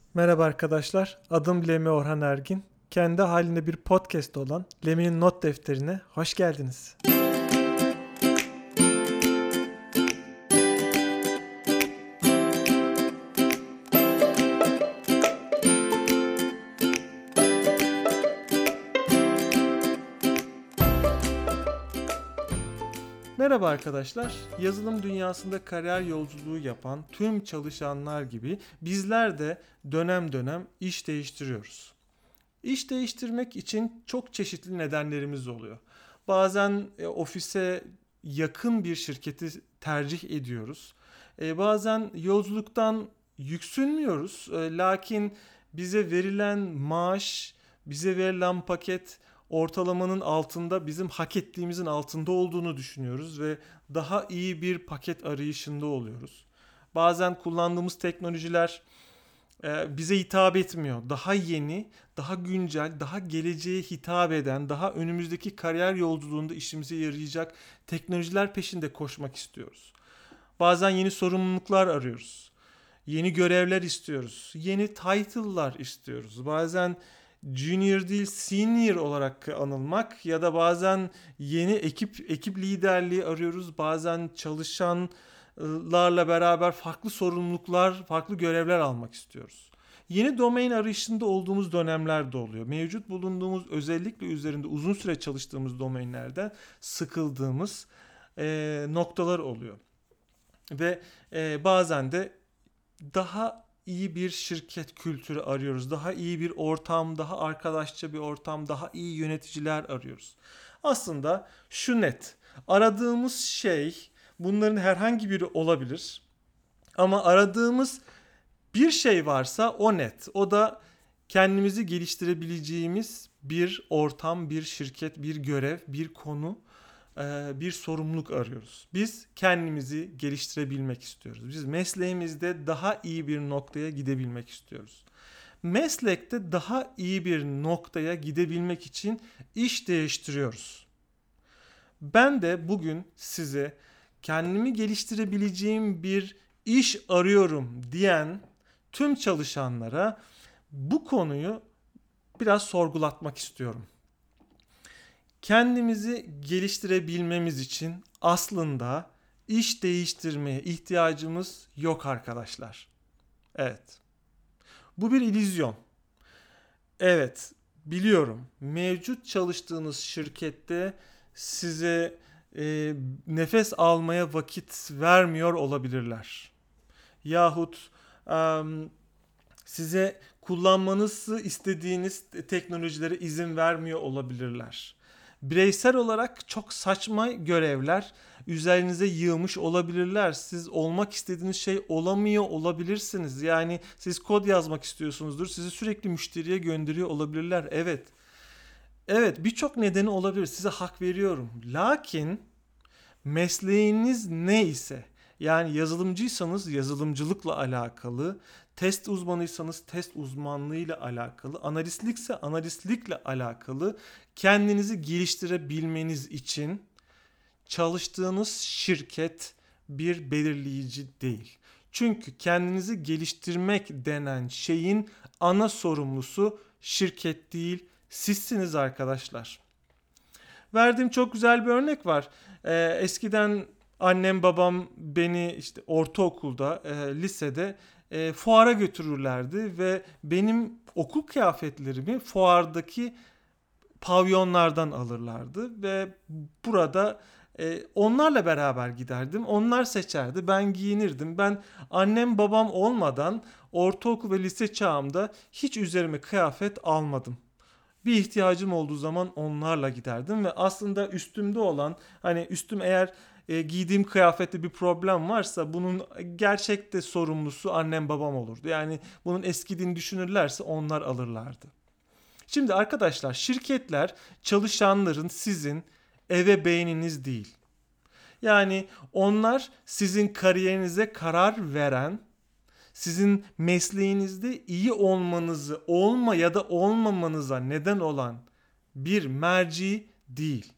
Merhaba arkadaşlar, adım Lemi Orhan Ergin. Kendi halinde bir podcast olan Lemi'nin Not Defteri'ne hoş geldiniz. Merhaba arkadaşlar, yazılım dünyasında kariyer yolculuğu yapan tüm çalışanlar gibi bizler de dönem dönem iş değiştiriyoruz. İş değiştirmek için çok çeşitli nedenlerimiz oluyor. Bazen ofise yakın bir şirketi tercih ediyoruz. Bazen yolculuktan yüksünmüyoruz. Lakin bize verilen maaş, bize verilen paket ortalamanın altında, bizim hak ettiğimizin altında olduğunu düşünüyoruz ve daha iyi bir paket arayışında oluyoruz. Bazen kullandığımız teknolojiler bize hitap etmiyor. Daha yeni, daha güncel, daha geleceğe hitap eden, daha önümüzdeki kariyer yolculuğunda işimize yarayacak teknolojiler peşinde koşmak istiyoruz. Bazen yeni sorumluluklar arıyoruz. Yeni görevler istiyoruz. Yeni title'lar istiyoruz. Bazen junior değil senior olarak anılmak ya da bazen yeni ekip liderliği arıyoruz. Bazen çalışanlarla beraber farklı sorumluluklar, farklı görevler almak istiyoruz. Yeni domain arayışında olduğumuz dönemler de oluyor. Mevcut bulunduğumuz, özellikle üzerinde uzun süre çalıştığımız domainlerden sıkıldığımız noktalar oluyor. Ve bazen de daha iyi bir şirket kültürü arıyoruz. Daha iyi bir ortam, daha arkadaşça bir ortam, daha iyi yöneticiler arıyoruz. Aslında şu net. Aradığımız şey bunların herhangi biri olabilir. Ama aradığımız bir şey varsa o net. O da kendimizi geliştirebileceğimiz bir ortam, bir şirket, bir görev, bir konu, bir sorumluluk arıyoruz. Biz kendimizi geliştirebilmek istiyoruz. Biz mesleğimizde daha iyi bir noktaya gidebilmek istiyoruz. Meslekte daha iyi bir noktaya gidebilmek için iş değiştiriyoruz. Ben de bugün size kendimi geliştirebileceğim bir iş arıyorum diyen tüm çalışanlara bu konuyu biraz sorgulatmak istiyorum. Kendimizi geliştirebilmemiz için aslında iş değiştirmeye ihtiyacımız yok arkadaşlar. Evet. Bu bir illüzyon. Evet, biliyorum. Mevcut çalıştığınız şirkette size nefes almaya vakit vermiyor olabilirler. Yahut size kullanmanızı istediğiniz teknolojilere izin vermiyor olabilirler. Bireysel olarak çok saçma görevler üzerinize yığmış olabilirler. Siz olmak istediğiniz şey olamıyor olabilirsiniz. Yani siz kod yazmak istiyorsunuzdur. Sizi sürekli müşteriye gönderiyor olabilirler. Evet. Evet, birçok nedeni olabilir. Size hak veriyorum. Lakin mesleğiniz neyse, yani yazılımcıysanız yazılımcılıkla alakalı, test uzmanıysanız test uzmanlığıyla alakalı, analistlikse analistlikle alakalı, kendinizi geliştirebilmeniz için çalıştığınız şirket bir belirleyici değil. Çünkü kendinizi geliştirmek denen şeyin ana sorumlusu şirket değil, sizsiniz arkadaşlar. Verdiğim çok güzel bir örnek var. Eskiden annem babam beni işte ortaokulda, lisede fuara götürürlerdi ve benim okul kıyafetlerimi fuardaki pavyonlardan alırlardı ve burada onlarla beraber giderdim. Onlar seçerdi, ben giyinirdim. Ben annem babam olmadan ortaokul ve lise çağımda hiç üzerime kıyafet almadım. Bir ihtiyacım olduğu zaman onlarla giderdim ve aslında üstümde olan, hani üstüm eğer giydiğim kıyafette bir problem varsa bunun gerçekte sorumlusu annem babam olurdu. Yani bunun eskidiğini düşünürlerse onlar alırlardı. Şimdi arkadaşlar, şirketler çalışanların sizin ebeveyniniz değil. Yani onlar sizin kariyerinize karar veren, sizin mesleğinizde iyi olmanızı, ya da olmamanıza neden olan bir merci değil.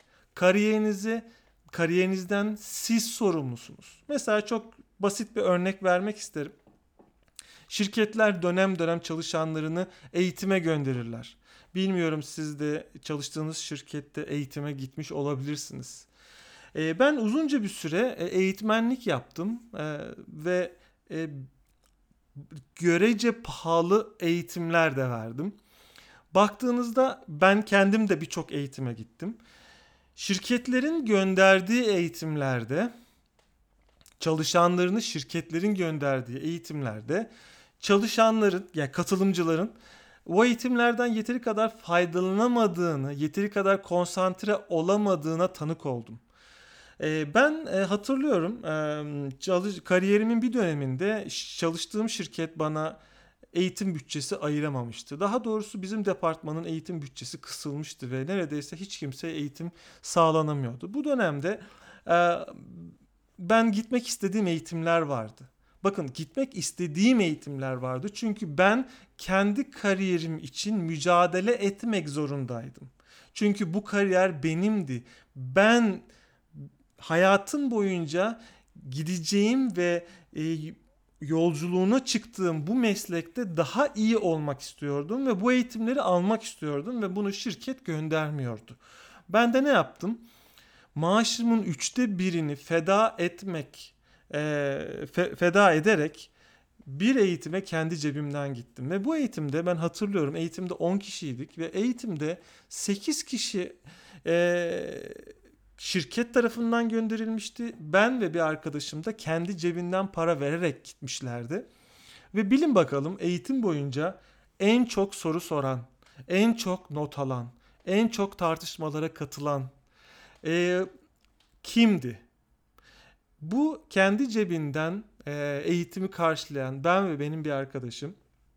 Kariyerinizden siz sorumlusunuz. Mesela çok basit bir örnek vermek isterim. Şirketler dönem dönem çalışanlarını eğitime gönderirler. Bilmiyorum, siz de çalıştığınız şirkette eğitime gitmiş olabilirsiniz. Ben uzunca bir süre eğitmenlik yaptım ve e, görece pahalı eğitimler de verdim. Baktığınızda ben kendim de birçok eğitime gittim. Şirketlerin gönderdiği eğitimlerde, çalışanlarını şirketlerin gönderdiği eğitimlerde çalışanların, yani katılımcıların o eğitimlerden yeteri kadar faydalanamadığını, yeteri kadar konsantre olamadığına tanık oldum. Ben hatırlıyorum, kariyerimin bir döneminde çalıştığım şirket bana eğitim bütçesi ayıramamıştı. Daha doğrusu bizim departmanın eğitim bütçesi kısılmıştı ve neredeyse hiç kimseye eğitim sağlanamıyordu. Bu dönemde e, ben gitmek istediğim eğitimler vardı. Bakın, gitmek istediğim eğitimler vardı. Çünkü ben kendi kariyerim için mücadele etmek zorundaydım. Çünkü bu kariyer benimdi. Ben hayatım boyunca gideceğim ve yolculuğuna çıktığım bu meslekte daha iyi olmak istiyordum ve bu eğitimleri almak istiyordum ve bunu şirket göndermiyordu. Ben de ne yaptım? Maaşımın 1/3'ünü feda ederek bir eğitime kendi cebimden gittim. Ve bu eğitimde, ben hatırlıyorum, eğitimde 10 kişiydik ve eğitimde 8 kişi şirket tarafından gönderilmişti. Ben ve bir arkadaşım da kendi cebinden para vererek gitmişlerdi. Ve bilin bakalım, eğitim boyunca en çok soru soran, en çok not alan, en çok tartışmalara katılan kimdi? Bu kendi cebinden eğitimi karşılayan ben ve benim bir arkadaşım.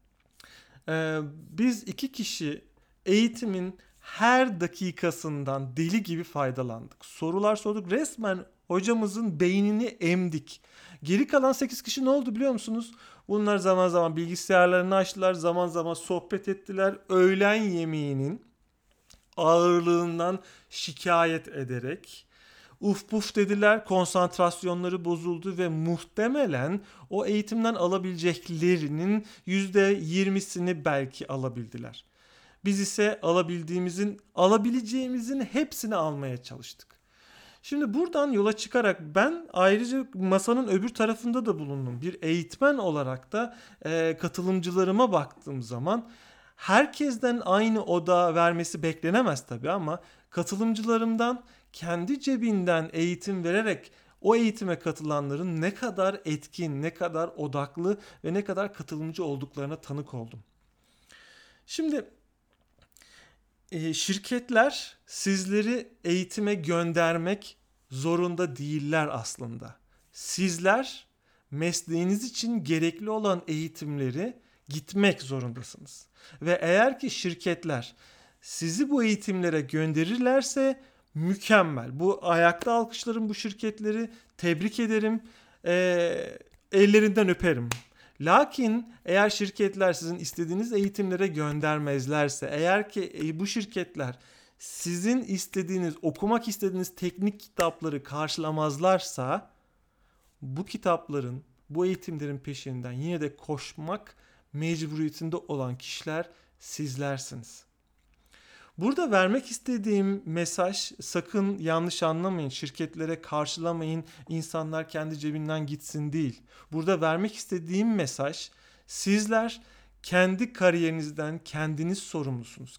Biz 2 kişi eğitimin her dakikasından deli gibi faydalandık. Sorular sorduk. Resmen hocamızın beynini emdik. Geri kalan 8 kişi ne oldu biliyor musunuz? Bunlar zaman zaman bilgisayarlarını açtılar, zaman zaman sohbet ettiler. Öğlen yemeğinin ağırlığından şikayet ederek uf puf dediler, konsantrasyonları bozuldu ve muhtemelen o eğitimden alabileceklerinin %20'sini belki alabildiler. Biz ise alabileceğimizin hepsini almaya çalıştık. Şimdi buradan yola çıkarak ben ayrıca masanın öbür tarafında da bulundum. Bir eğitmen olarak da katılımcılarıma baktığım zaman herkesten aynı oda vermesi beklenemez tabii, ama katılımcılarımdan kendi cebinden eğitim vererek o eğitime katılanların ne kadar etkin, ne kadar odaklı ve ne kadar katılımcı olduklarına tanık oldum. Şimdi şirketler sizleri eğitime göndermek zorunda değiller aslında. Sizler mesleğiniz için gerekli olan eğitimleri gitmek zorundasınız. Ve eğer ki şirketler sizi bu eğitimlere gönderirlerse mükemmel. Bu ayakta alkışlarım bu şirketleri, tebrik ederim, ellerinden öperim. Lakin eğer şirketler sizin istediğiniz eğitimlere göndermezlerse, eğer ki bu şirketler sizin istediğiniz, okumak istediğiniz teknik kitapları karşılamazlarsa, bu kitapların, bu eğitimlerin peşinden yine de koşmak mecburiyetinde olan kişiler sizlersiniz. Burada vermek istediğim mesaj, sakın yanlış anlamayın, şirketlere karşılamayın, insanlar kendi cebinden gitsin değil. Burada vermek istediğim mesaj, sizler kendi kariyerinizden kendiniz sorumlusunuz.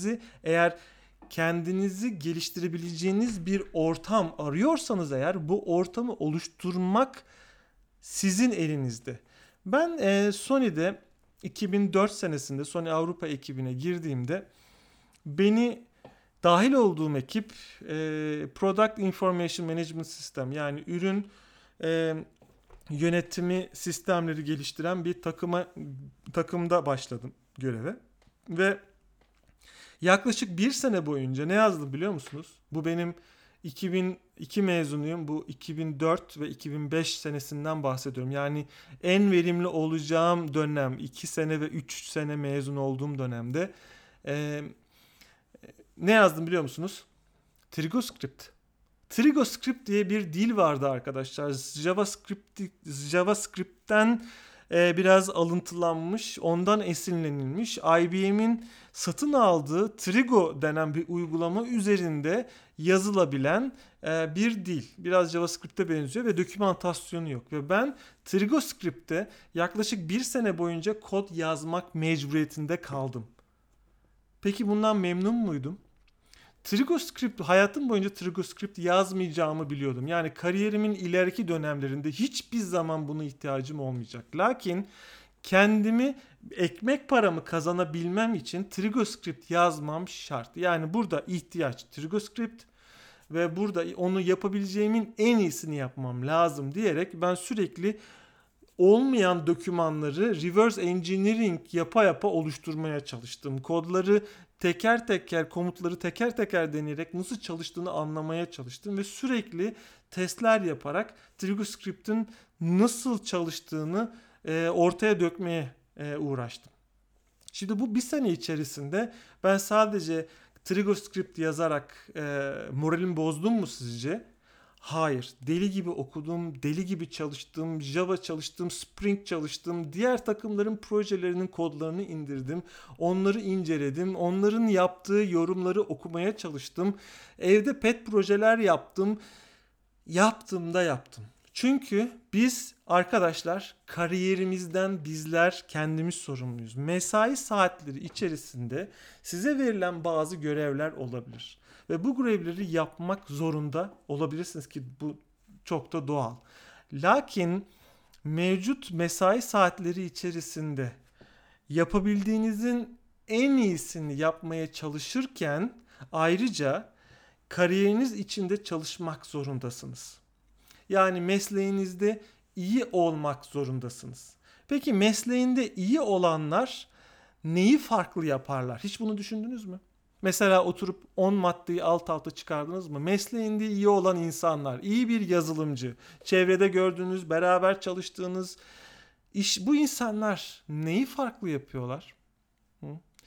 Kendinizi geliştirebileceğiniz bir ortam arıyorsanız eğer, bu ortamı oluşturmak sizin elinizde. Ben Sony'de 2004 senesinde Sony Avrupa ekibine girdiğimde beni dahil olduğum ekip Product Information Management System, yani ürün yönetimi sistemleri geliştiren bir takımda başladım göreve. Ve yaklaşık 1 sene boyunca ne yazdım biliyor musunuz? Bu benim 2002 mezunuyum. Bu 2004 ve 2005 senesinden bahsediyorum. Yani en verimli olacağım dönem, 2 sene ve 3 sene mezun olduğum dönemde ne yazdım biliyor musunuz? TrigoScript. TrigoScript diye bir dil vardı arkadaşlar. JavaScript'ten biraz alıntılanmış, ondan esinlenilmiş. IBM'in satın aldığı Trigo denen bir uygulama üzerinde yazılabilen bir dil. Biraz JavaScript'e benziyor ve dokümantasyonu yok. Ve ben TrigoScript'te yaklaşık 1 sene boyunca kod yazmak mecburiyetinde kaldım. Peki bundan memnun muydum? TrigoScript, hayatım boyunca TrigoScript yazmayacağımı biliyordum. Yani kariyerimin ileriki dönemlerinde hiçbir zaman buna ihtiyacım olmayacak. Lakin kendimi, ekmek paramı kazanabilmem için TrigoScript yazmam şart. Yani burada ihtiyaç TrigoScript ve burada onu yapabileceğimin en iyisini yapmam lazım diyerek ben sürekli olmayan dokümanları reverse engineering yapa oluşturmaya çalıştım. Kodları teker teker, komutları teker teker deneyerek nasıl çalıştığını anlamaya çalıştım ve sürekli testler yaparak TrigoScript'in nasıl çalıştığını ortaya dökmeye uğraştım. Şimdi bu 1 sene içerisinde ben sadece TrigoScript yazarak moralimi bozdum mu sizce? Hayır. Deli gibi okudum, deli gibi çalıştım, Java çalıştım, Spring çalıştım, diğer takımların projelerinin kodlarını indirdim, onları inceledim, onların yaptığı yorumları okumaya çalıştım, evde pet projeler yaptım, yaptım. Çünkü biz arkadaşlar kariyerimizden bizler kendimiz sorumluyuz. Mesai saatleri içerisinde size verilen bazı görevler olabilir. Ve bu görevleri yapmak zorunda olabilirsiniz ki bu çok da doğal. Lakin mevcut mesai saatleri içerisinde yapabildiğinizin en iyisini yapmaya çalışırken ayrıca kariyeriniz içinde çalışmak zorundasınız. Yani mesleğinizde iyi olmak zorundasınız. Peki mesleğinde iyi olanlar neyi farklı yaparlar? Hiç bunu düşündünüz mü? Mesela oturup 10 maddeyi alt alta çıkardınız mı? Mesleğinde iyi olan insanlar, iyi bir yazılımcı, çevrede gördüğünüz, beraber çalıştığınız bu insanlar neyi farklı yapıyorlar? Hı?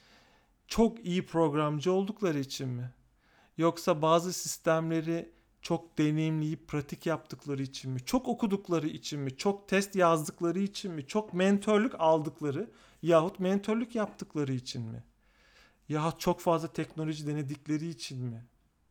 Çok iyi programcı oldukları için mi? Yoksa bazı sistemleri çok deneyimleyip pratik yaptıkları için mi? Çok okudukları için mi? Çok test yazdıkları için mi? Çok mentörlük aldıkları yahut mentörlük yaptıkları için mi? Yahut çok fazla teknoloji denedikleri için mi?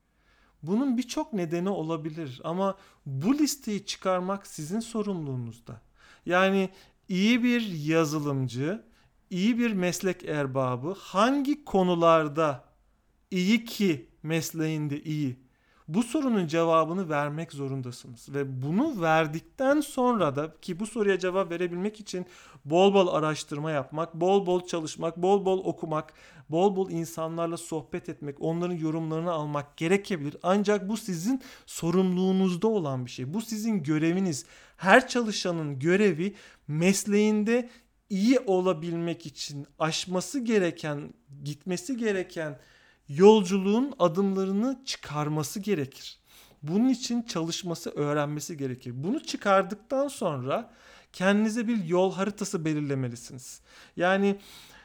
Bunun birçok nedeni olabilir ama bu listeyi çıkarmak sizin sorumluluğunuzda. Yani iyi bir yazılımcı, iyi bir meslek erbabı hangi konularda iyi ki mesleğinde iyi? Bu sorunun cevabını vermek zorundasınız. Ve bunu verdikten sonra da ki bu soruya cevap verebilmek için bol bol araştırma yapmak, bol bol çalışmak, bol bol okumak, bol bol insanlarla sohbet etmek, onların yorumlarını almak gerekebilir. Ancak bu sizin sorumluluğunuzda olan bir şey. Bu sizin göreviniz. Her çalışanın görevi mesleğinde iyi olabilmek için aşması gereken, gitmesi gereken yolculuğun adımlarını çıkarması gerekir. Bunun için çalışması, öğrenmesi gerekir. Bunu çıkardıktan sonra kendinize bir yol haritası belirlemelisiniz. Yani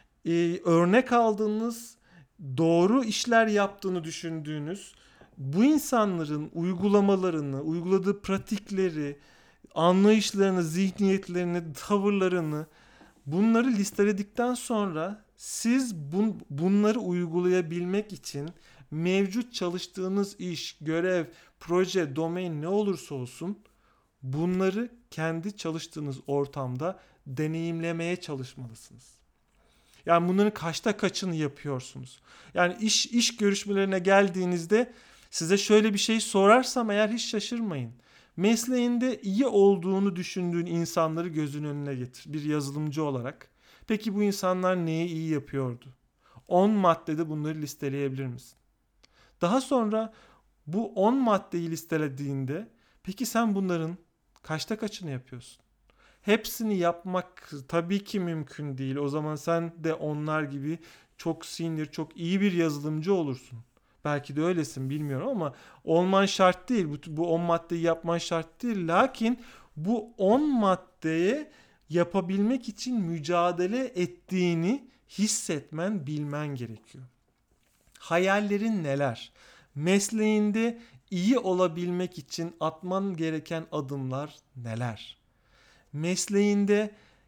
örnek aldığınız, doğru işler yaptığını düşündüğünüz bu insanların uygulamalarını, uyguladığı pratikleri, anlayışlarını, zihniyetlerini, tavırlarını bunları listeledikten sonra siz bunları uygulayabilmek için mevcut çalıştığınız iş, görev, proje, domain ne olursa olsun bunları kendi çalıştığınız ortamda deneyimlemeye çalışmalısınız. Yani bunların kaçta kaçını yapıyorsunuz? Yani iş görüşmelerine geldiğinizde size şöyle bir şey sorarsam eğer hiç şaşırmayın. Mesleğinde iyi olduğunu düşündüğün insanları gözün önüne getir bir yazılımcı olarak. Peki bu insanlar neyi iyi yapıyordu? 10 maddede bunları listeleyebilir misin? Daha sonra bu 10 maddeyi listelediğinde peki sen bunların kaçta kaçını yapıyorsun? Hepsini yapmak tabii ki mümkün değil. O zaman sen de onlar gibi çok senior, çok iyi bir yazılımcı olursun. Belki de öylesin bilmiyorum ama olman şart değil. Bu 10 maddeyi yapman şart değil. Lakin bu 10 maddeye yapabilmek için mücadele ettiğini hissetmen, bilmen gerekiyor. Hayallerin neler? Mesleğinde iyi olabilmek için atman gereken adımlar neler? Mesleğinde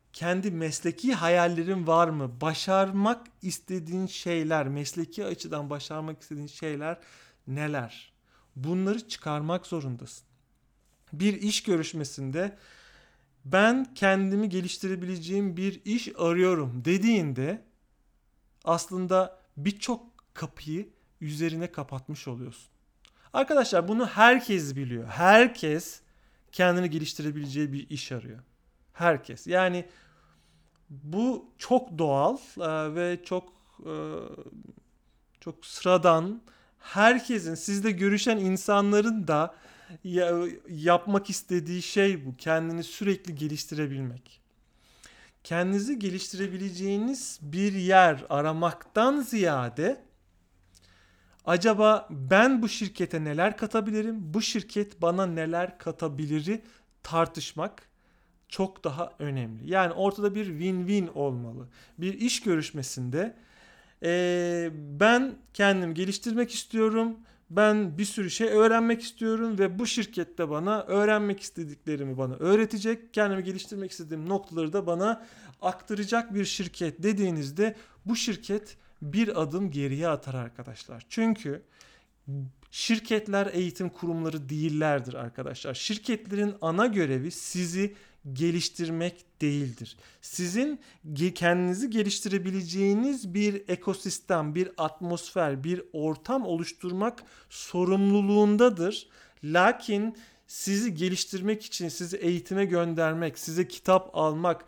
kendi mesleki hayallerin var mı? Başarmak istediğin şeyler, mesleki açıdan başarmak istediğin şeyler neler? Bunları çıkarmak zorundasın. Bir iş görüşmesinde ben kendimi geliştirebileceğim bir iş arıyorum dediğinde aslında birçok kapıyı üzerine kapatmış oluyorsun. Arkadaşlar bunu herkes biliyor. Herkes kendini geliştirebileceği bir iş arıyor. Herkes. Yani bu çok doğal ve e, çok sıradan. Herkesin, sizle görüşen insanların da yapmak istediği şey bu. Kendini sürekli geliştirebilmek. Kendinizi geliştirebileceğiniz bir yer aramaktan ziyade acaba ben bu şirkete neler katabilirim? Bu şirket bana neler katabiliri tartışmak çok daha önemli. Yani ortada bir win-win olmalı. Bir iş görüşmesinde ben kendimi geliştirmek istiyorum. Ben bir sürü şey öğrenmek istiyorum ve bu şirkette bana öğrenmek istediklerimi bana öğretecek. Kendimi geliştirmek istediğim noktaları da bana aktaracak bir şirket dediğinizde bu şirket bir adım geriye atar arkadaşlar. Çünkü şirketler eğitim kurumları değillerdir arkadaşlar. Şirketlerin ana görevi sizi geliştirmek değildir. Sizin kendinizi geliştirebileceğiniz bir ekosistem, bir atmosfer, bir ortam oluşturmak sorumluluğundadır. Lakin sizi geliştirmek için sizi eğitime göndermek, size kitap almak,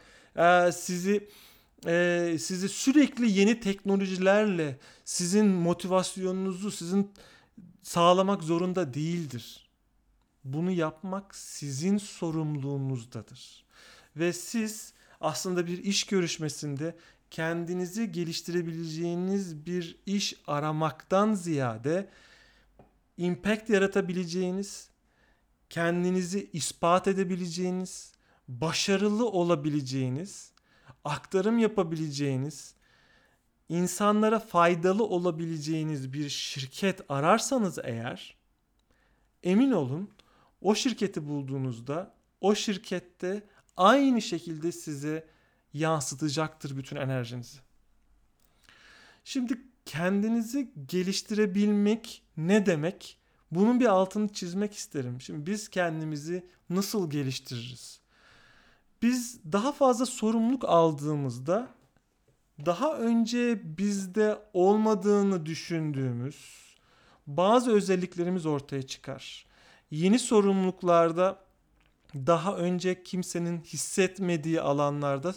sizi sürekli yeni teknolojilerle sizin motivasyonunuzu sizin sağlamak zorunda değildir. Bunu yapmak sizin sorumluluğunuzdadır. Ve siz aslında bir iş görüşmesinde kendinizi geliştirebileceğiniz bir iş aramaktan ziyade impact yaratabileceğiniz, kendinizi ispat edebileceğiniz, başarılı olabileceğiniz, aktarım yapabileceğiniz, insanlara faydalı olabileceğiniz bir şirket ararsanız eğer, emin olun o şirketi bulduğunuzda o şirkette aynı şekilde size yansıtacaktır bütün enerjinizi. Şimdi kendinizi geliştirebilmek ne demek? Bunun bir altını çizmek isterim. Şimdi biz kendimizi nasıl geliştiririz? Biz daha fazla sorumluluk aldığımızda daha önce bizde olmadığını düşündüğümüz bazı özelliklerimiz ortaya çıkar. Yeni sorumluluklarda daha önce kimsenin hissetmediği alanlarda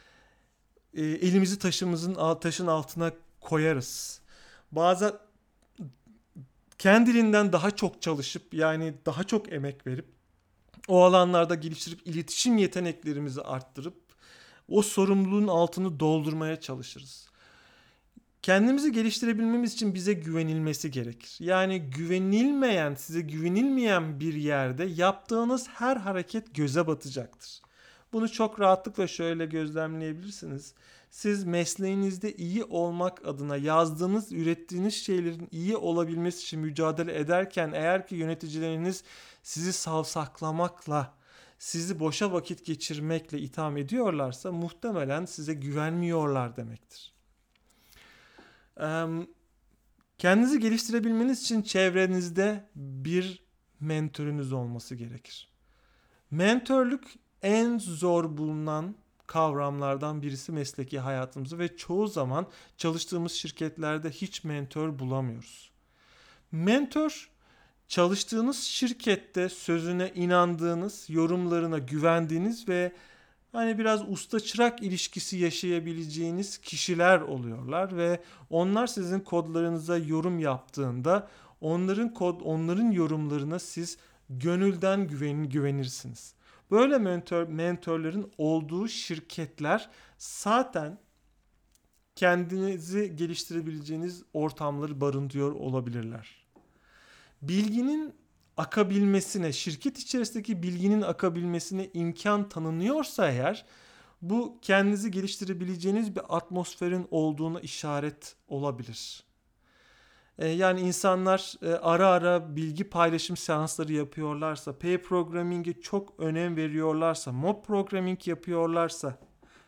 elimizi taşın altına koyarız. Bazen kendiliğinden daha çok çalışıp yani daha çok emek verip o alanlarda geliştirip iletişim yeteneklerimizi arttırıp o sorumluluğun altını doldurmaya çalışırız. Kendimizi geliştirebilmemiz için bize güvenilmesi gerekir. Yani size güvenilmeyen bir yerde yaptığınız her hareket göze batacaktır. Bunu çok rahatlıkla şöyle gözlemleyebilirsiniz. Siz mesleğinizde iyi olmak adına yazdığınız, ürettiğiniz şeylerin iyi olabilmesi için mücadele ederken eğer ki yöneticileriniz sizi savsaklamakla, sizi boşa vakit geçirmekle itham ediyorlarsa muhtemelen size güvenmiyorlar demektir. Kendinizi geliştirebilmeniz için çevrenizde bir mentörünüz olması gerekir. Mentörlük en zor bulunan kavramlardan birisi mesleki hayatımızda ve çoğu zaman çalıştığımız şirketlerde hiç mentör bulamıyoruz. Mentör, çalıştığınız şirkette sözüne inandığınız, yorumlarına güvendiğiniz ve hani biraz usta çırak ilişkisi yaşayabileceğiniz kişiler oluyorlar ve onlar sizin kodlarınıza yorum yaptığında onların yorumlarına siz gönülden güvenirsiniz. Böyle mentörlerin olduğu şirketler zaten kendinizi geliştirebileceğiniz ortamları barındırıyor olabilirler. Bilginin akabilmesine, şirket içerisindeki bilginin akabilmesine imkan tanınıyorsa eğer, bu kendinizi geliştirebileceğiniz bir atmosferin olduğuna işaret olabilir. Yani insanlar ara ara bilgi paylaşım seansları yapıyorlarsa, pair programming'e çok önem veriyorlarsa, mob programming yapıyorlarsa,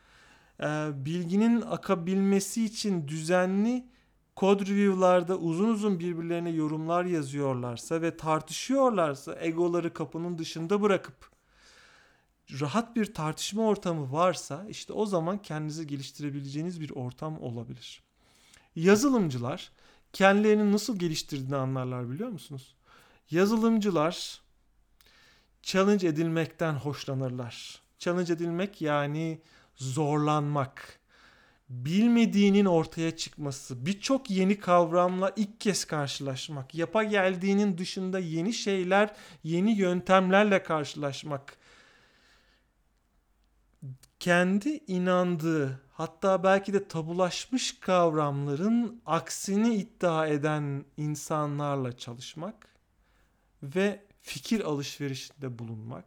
bilginin akabilmesi için düzenli kod review'larda uzun uzun birbirlerine yorumlar yazıyorlarsa ve tartışıyorlarsa, egoları kapının dışında bırakıp rahat bir tartışma ortamı varsa, işte o zaman kendinizi geliştirebileceğiniz bir ortam olabilir. Yazılımcılar kendilerini nasıl geliştirdiğini anlarlar, biliyor musunuz? Yazılımcılar challenge edilmekten hoşlanırlar. Challenge edilmek yani zorlanmak, bilmediğinin ortaya çıkması, birçok yeni kavramla ilk kez karşılaşmak, yapa geldiğinin dışında yeni şeyler, yeni yöntemlerle karşılaşmak, kendi inandığı, hatta belki de tabulaşmış kavramların aksini iddia eden insanlarla çalışmak ve fikir alışverişinde bulunmak,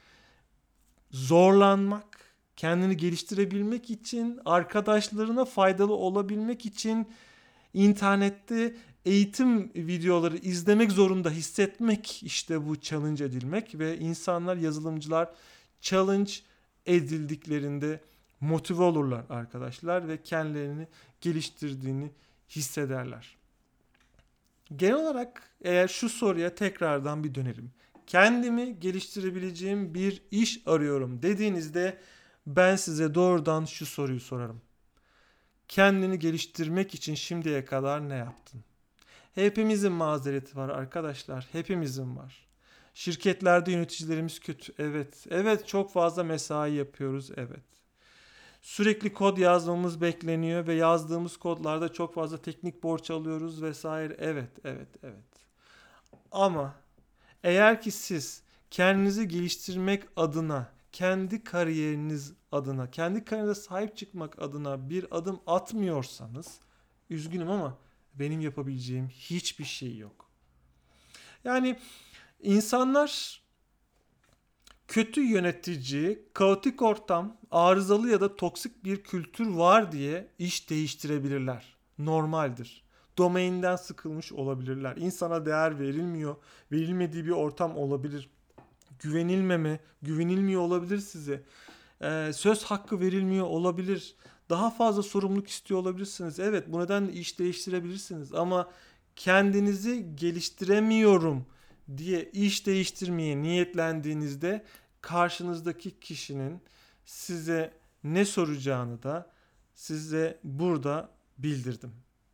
zorlanmak, kendini geliştirebilmek için, arkadaşlarına faydalı olabilmek için internette eğitim videoları izlemek zorunda hissetmek, işte bu challenge edilmek ve insanlar, yazılımcılar challenge edildiklerinde motive olurlar arkadaşlar ve kendilerini geliştirdiğini hissederler. Genel olarak eğer şu soruya tekrardan bir dönelim. Kendimi geliştirebileceğim bir iş arıyorum dediğinizde ben size doğrudan şu soruyu sorarım. Kendini geliştirmek için şimdiye kadar ne yaptın? Hepimizin mazereti var arkadaşlar. Hepimizin var. Şirketlerde yöneticilerimiz kötü. Evet. Evet, çok fazla mesai yapıyoruz. Evet. Sürekli kod yazmamız bekleniyor ve yazdığımız kodlarda çok fazla teknik borç alıyoruz vesaire. Evet, evet, evet. Ama eğer ki siz kendinizi geliştirmek adına, kendi kariyeriniz adına, kendi kariyerinize sahip çıkmak adına bir adım atmıyorsanız, üzgünüm ama benim yapabileceğim hiçbir şey yok. Yani insanlar kötü yönetici, kaotik ortam, arızalı ya da toksik bir kültür var diye iş değiştirebilirler. Normaldir. Domainden sıkılmış olabilirler. İnsana değer verilmiyor, verilmediği bir ortam olabilir. Güvenilmiyor olabilir size. Söz hakkı verilmiyor olabilir. Daha fazla sorumluluk istiyor olabilirsiniz. Evet, bu nedenle iş değiştirebilirsiniz. Ama kendinizi geliştiremiyorum diye iş değiştirmeye niyetlendiğinizde karşınızdaki kişinin size ne soracağını da size burada bildirdim.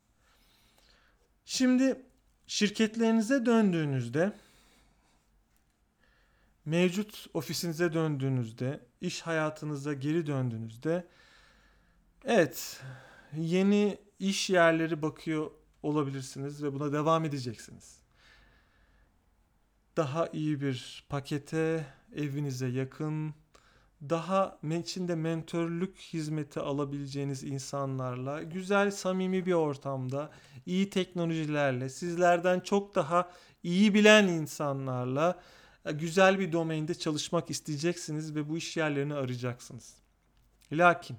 Şimdi şirketlerinize döndüğünüzde, mevcut ofisinize döndüğünüzde, iş hayatınıza geri döndüğünüzde, evet, yeni iş yerleri bakıyor olabilirsiniz ve buna devam edeceksiniz. Daha iyi bir pakete, evinize yakın, daha içinde mentörlük hizmeti alabileceğiniz insanlarla, güzel, samimi bir ortamda, iyi teknolojilerle, sizlerden çok daha iyi bilen insanlarla güzel bir domainde çalışmak isteyeceksiniz ve bu iş yerlerini arayacaksınız. Lakin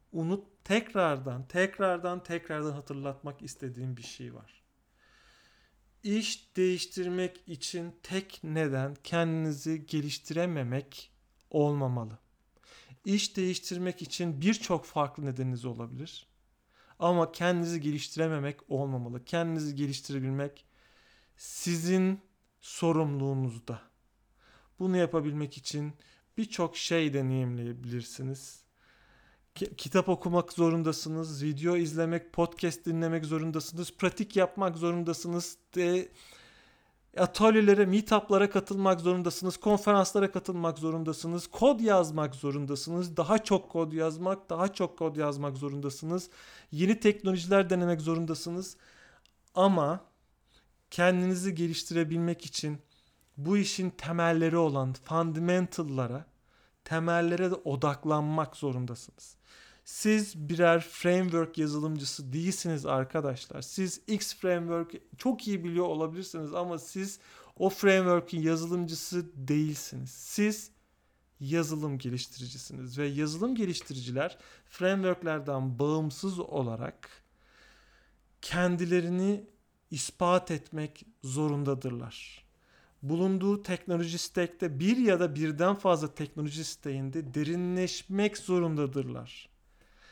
tekrardan hatırlatmak istediğim bir şey var. İş değiştirmek için tek neden kendinizi geliştirememek olmamalı. İş değiştirmek için birçok farklı nedeniniz olabilir. Ama kendinizi geliştirememek olmamalı. Kendinizi geliştirebilmek sizin sorumluluğunuzda. Bunu yapabilmek için birçok şey deneyimleyebilirsiniz. Kitap okumak zorundasınız, video izlemek, podcast dinlemek zorundasınız, pratik yapmak zorundasınız, atölyelere, meetup'lara katılmak zorundasınız, konferanslara katılmak zorundasınız, kod yazmak zorundasınız, daha çok kod yazmak zorundasınız, yeni teknolojiler denemek zorundasınız. Ama kendinizi geliştirebilmek için bu işin temelleri olan fundamental'lara, temellere de odaklanmak zorundasınız. Siz birer framework yazılımcısı değilsiniz arkadaşlar. Siz X framework çok iyi biliyor olabilirsiniz ama siz o framework'in yazılımcısı değilsiniz. Siz yazılım geliştiricisiniz ve yazılım geliştiriciler framework'lerden bağımsız olarak kendilerini ispat etmek zorundadırlar. Bulunduğu teknoloji stack'te bir ya da birden fazla teknoloji stack'inde derinleşmek zorundadırlar.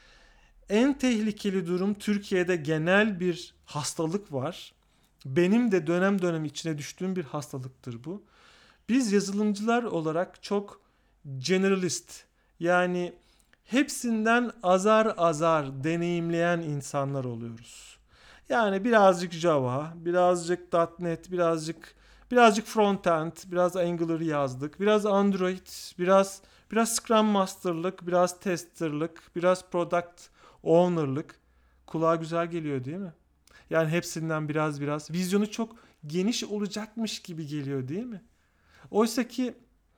En tehlikeli durum, Türkiye'de genel bir hastalık var. Benim de dönem dönem içine düştüğüm bir hastalıktır bu. Biz yazılımcılar olarak çok generalist, yani hepsinden azar azar deneyimleyen insanlar oluyoruz. Yani birazcık Java, birazcık .NET, birazcık frontend, biraz Angular yazdık, biraz Android, biraz Scrum Master'lık, biraz tester'lık, biraz Product Owner'lık. Kulağa güzel geliyor değil mi? Yani hepsinden biraz. Vizyonu çok geniş olacakmış gibi geliyor değil mi? Oysa ki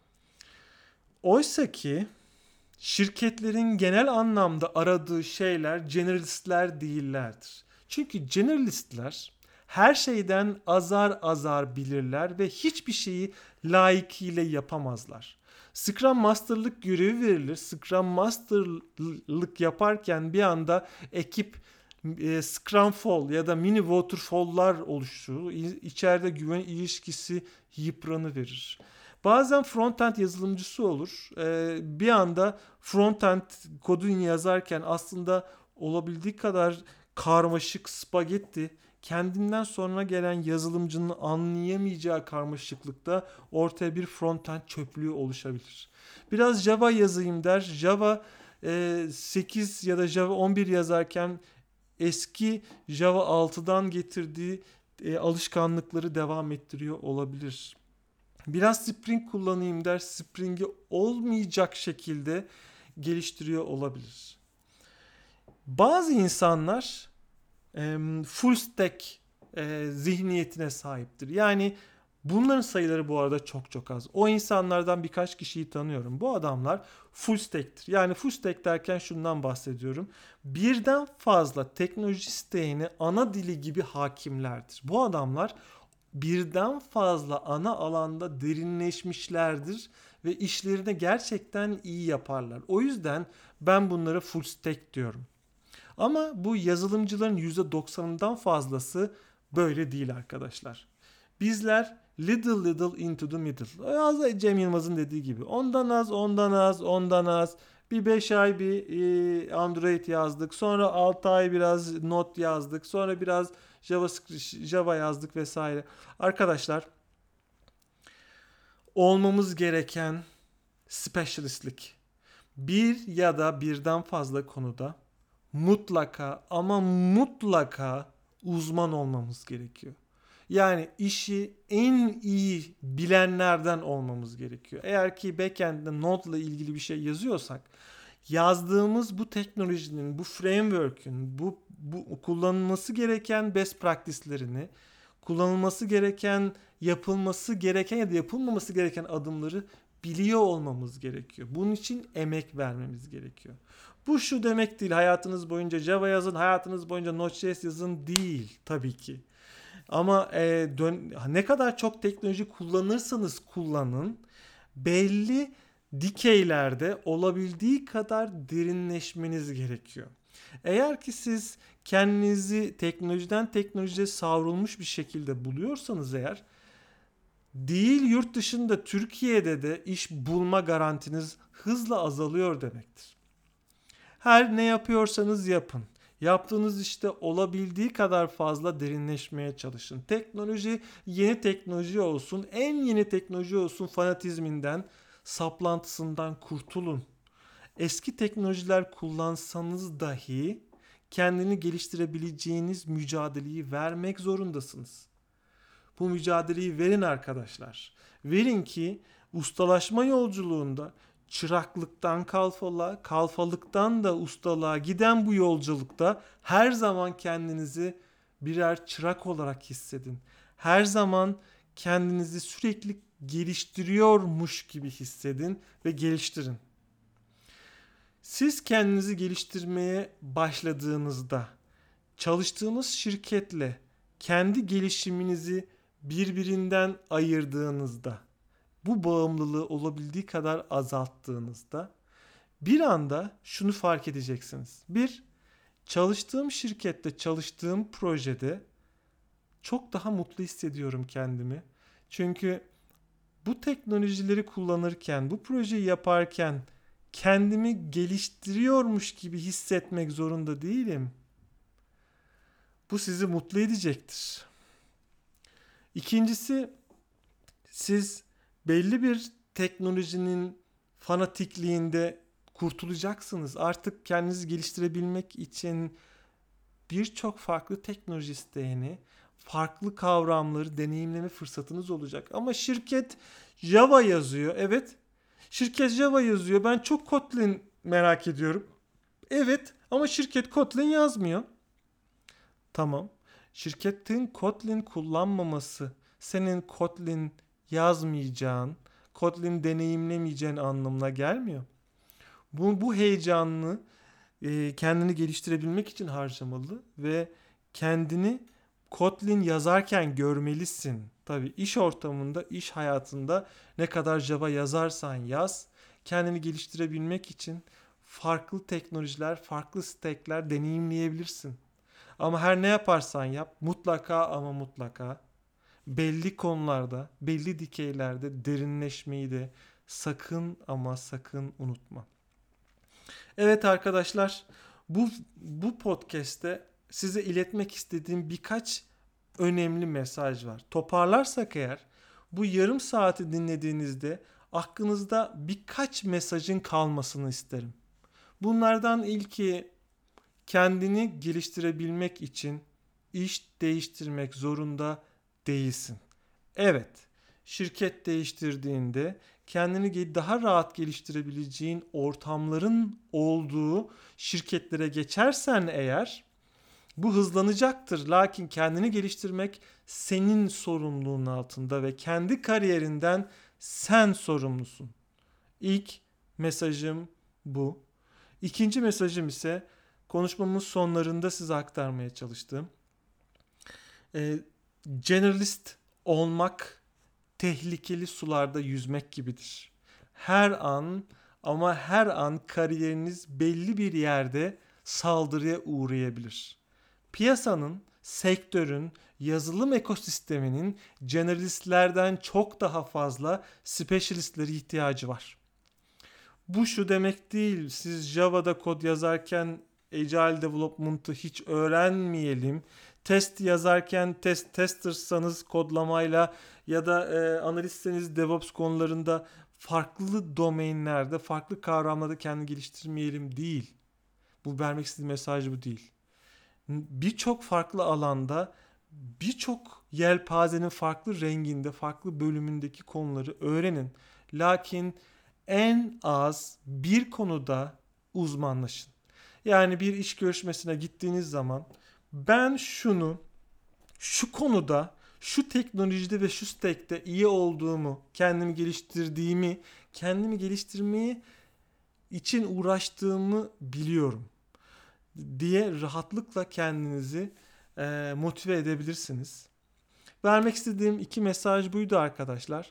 oysa ki şirketlerin genel anlamda aradığı şeyler generalistler değillerdir. Çünkü generalistler her şeyden azar azar bilirler ve hiçbir şeyi layıkıyla yapamazlar. Scrum Master'lık görevi verilir. Scrum Master'lık yaparken bir anda ekip Scrum Fall ya da mini waterfall'lar oluşturur. İçeride güven ilişkisi yıpranıverir. Bazen frontend yazılımcısı olur. Bir anda frontend kodunu yazarken aslında olabildiği kadar karmaşık spagetti, kendinden sonra gelen yazılımcının anlayamayacağı karmaşıklıkta ortaya bir frontend çöplüğü oluşabilir. Biraz Java yazayım der. Java 8 ya da Java 11 yazarken eski Java 6'dan getirdiği alışkanlıkları devam ettiriyor olabilir. Biraz Spring kullanayım der, Spring'i olmayacak şekilde geliştiriyor olabilir. Bazı insanlar full stack zihniyetine sahiptir. Yani bunların sayıları bu arada çok az. O insanlardan birkaç kişiyi tanıyorum. Bu adamlar full stack'tir. Yani full stack derken şundan bahsediyorum. Birden fazla teknoloji stack'ine ana dili gibi hakimlerdir. Bu adamlar birden fazla ana alanda derinleşmişlerdir ve işlerini gerçekten iyi yaparlar. O yüzden ben bunlara full stack diyorum. Ama bu yazılımcıların %90'ından fazlası böyle değil arkadaşlar. Bizler little into the middle. Az Cem Yılmaz'ın dediği gibi. Ondan az. Bir 5 ay bir Android yazdık. Sonra 6 ay biraz Node yazdık. Sonra biraz Java yazdık vesaire. Arkadaşlar, olmamız gereken specialistlik. Bir ya da birden fazla konuda mutlaka ama mutlaka uzman olmamız gerekiyor. Yani işi en iyi bilenlerden olmamız gerekiyor. Eğer ki backend'de Node ile ilgili bir şey yazıyorsak, yazdığımız bu teknolojinin, bu framework'ün, bu kullanılması gereken best practice'lerini, kullanılması gereken, yapılması gereken ya da yapılmaması gereken adımları biliyor olmamız gerekiyor. Bunun için emek vermemiz gerekiyor. Bu şu demek değil, hayatınız boyunca Java yazın, hayatınız boyunca Node.js yazın değil tabii ki. Ama ne kadar çok teknoloji kullanırsanız kullanın, belli dikeylerde olabildiği kadar derinleşmeniz gerekiyor. Eğer ki siz kendinizi teknolojiden teknolojiye savrulmuş bir şekilde buluyorsanız eğer, değil yurt dışında, Türkiye'de de iş bulma garantiniz hızla azalıyor demektir. Her ne yapıyorsanız yapın. Yaptığınız işte olabildiği kadar fazla derinleşmeye çalışın. Teknoloji yeni teknoloji olsun, en yeni teknoloji olsun fanatizminden, saplantısından kurtulun. Eski teknolojiler kullansanız dahi kendini geliştirebileceğiniz mücadeleyi vermek zorundasınız. Bu mücadeleyi verin arkadaşlar. Verin ki ustalaşma yolculuğunda çıraklıktan kalfalığa, kalfalıktan da ustalığa giden bu yolculukta her zaman kendinizi birer çırak olarak hissedin. Her zaman kendinizi sürekli geliştiriyormuş gibi hissedin ve geliştirin. Siz kendinizi geliştirmeye başladığınızda, çalıştığınız şirketle kendi gelişiminizi birbirinden ayırdığınızda, bu bağımlılığı olabildiği kadar azalttığınızda bir anda şunu fark edeceksiniz. Bir, çalıştığım şirkette, çalıştığım projede çok daha mutlu hissediyorum kendimi. Çünkü bu teknolojileri kullanırken, bu projeyi yaparken kendimi geliştiriyormuş gibi hissetmek zorunda değilim. Bu sizi mutlu edecektir. İkincisi, siz belli bir teknolojinin fanatikliğinde kurtulacaksınız. Artık kendinizi geliştirebilmek için birçok farklı teknoloji isteğini, farklı kavramları deneyimleme fırsatınız olacak. Ama şirket Java yazıyor. Evet. Şirket Java yazıyor. Ben çok Kotlin merak ediyorum. Evet, ama şirket Kotlin yazmıyor. Tamam. Şirketin Kotlin kullanmaması senin Kotlin yazmayacağın, Kotlin deneyimlemeyeceğin anlamına gelmiyor. Bu heyecanını kendini geliştirebilmek için harcamalı ve kendini Kotlin yazarken görmelisin. Tabii iş ortamında, iş hayatında ne kadar Java yazarsan yaz, kendini geliştirebilmek için farklı teknolojiler, farklı stackler deneyimleyebilirsin. Ama her ne yaparsan yap, mutlaka ama mutlaka belli konularda, belli dikeylerde derinleşmeyi de sakın ama sakın unutma. Evet arkadaşlar, bu podcast'te size iletmek istediğim birkaç önemli mesaj var. Toparlarsak eğer, bu yarım saati dinlediğinizde aklınızda birkaç mesajın kalmasını isterim. Bunlardan ilki, kendini geliştirebilmek için iş değiştirmek zorunda değilsin. Evet, şirket değiştirdiğinde kendini daha rahat geliştirebileceğin ortamların olduğu şirketlere geçersen eğer bu hızlanacaktır. Lakin kendini geliştirmek senin sorumluluğun altında ve kendi kariyerinden sen sorumlusun. İlk mesajım bu. İkinci mesajım ise konuşmamın sonlarında size aktarmaya çalıştığım. Generalist olmak tehlikeli sularda yüzmek gibidir. Her an ama her an kariyeriniz belli bir yerde saldırıya uğrayabilir. Piyasanın, sektörün, yazılım ekosisteminin generalistlerden çok daha fazla specialistlere ihtiyacı var. Bu şu demek değil, siz Java'da kod yazarken Agile Development'ı hiç öğrenmeyelim. Test yazarken testersanız kodlamayla ya da analistseniz DevOps konularında farklı domainlerde, farklı kavramlarda kendini geliştirmeyelim değil. Bu vermek istediğim mesaj bu değil. Birçok farklı alanda, birçok yelpazenin farklı renginde, farklı bölümündeki konuları öğrenin. Lakin en az bir konuda uzmanlaşın. Yani bir iş görüşmesine gittiğiniz zaman ben şu konuda, şu teknolojide ve şu stack'te iyi olduğumu, kendimi geliştirdiğimi, kendimi geliştirmeyi için uğraştığımı biliyorum diye rahatlıkla kendinizi motive edebilirsiniz. Vermek istediğim iki mesaj buydu arkadaşlar.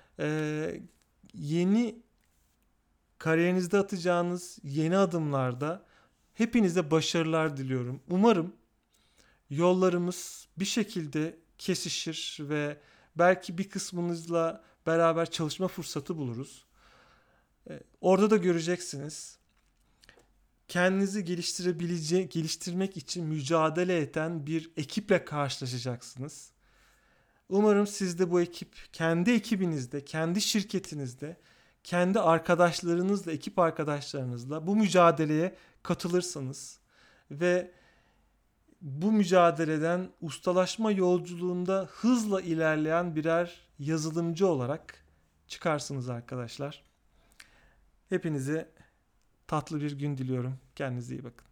Yeni kariyerinizde atacağınız yeni adımlarda hepinize başarılar diliyorum. Umarım yollarımız bir şekilde kesişir ve belki bir kısmınızla beraber çalışma fırsatı buluruz. Orada da göreceksiniz. Kendinizi geliştirmek için mücadele eden bir ekiple karşılaşacaksınız. Umarım siz de bu ekip, kendi ekibinizde, kendi şirketinizde, kendi arkadaşlarınızla, ekip arkadaşlarınızla bu mücadeleye katılırsınız ve bu mücadeleden ustalaşma yolculuğunda hızla ilerleyen birer yazılımcı olarak çıkarsınız arkadaşlar. Hepinize tatlı bir gün diliyorum. Kendinize iyi bakın.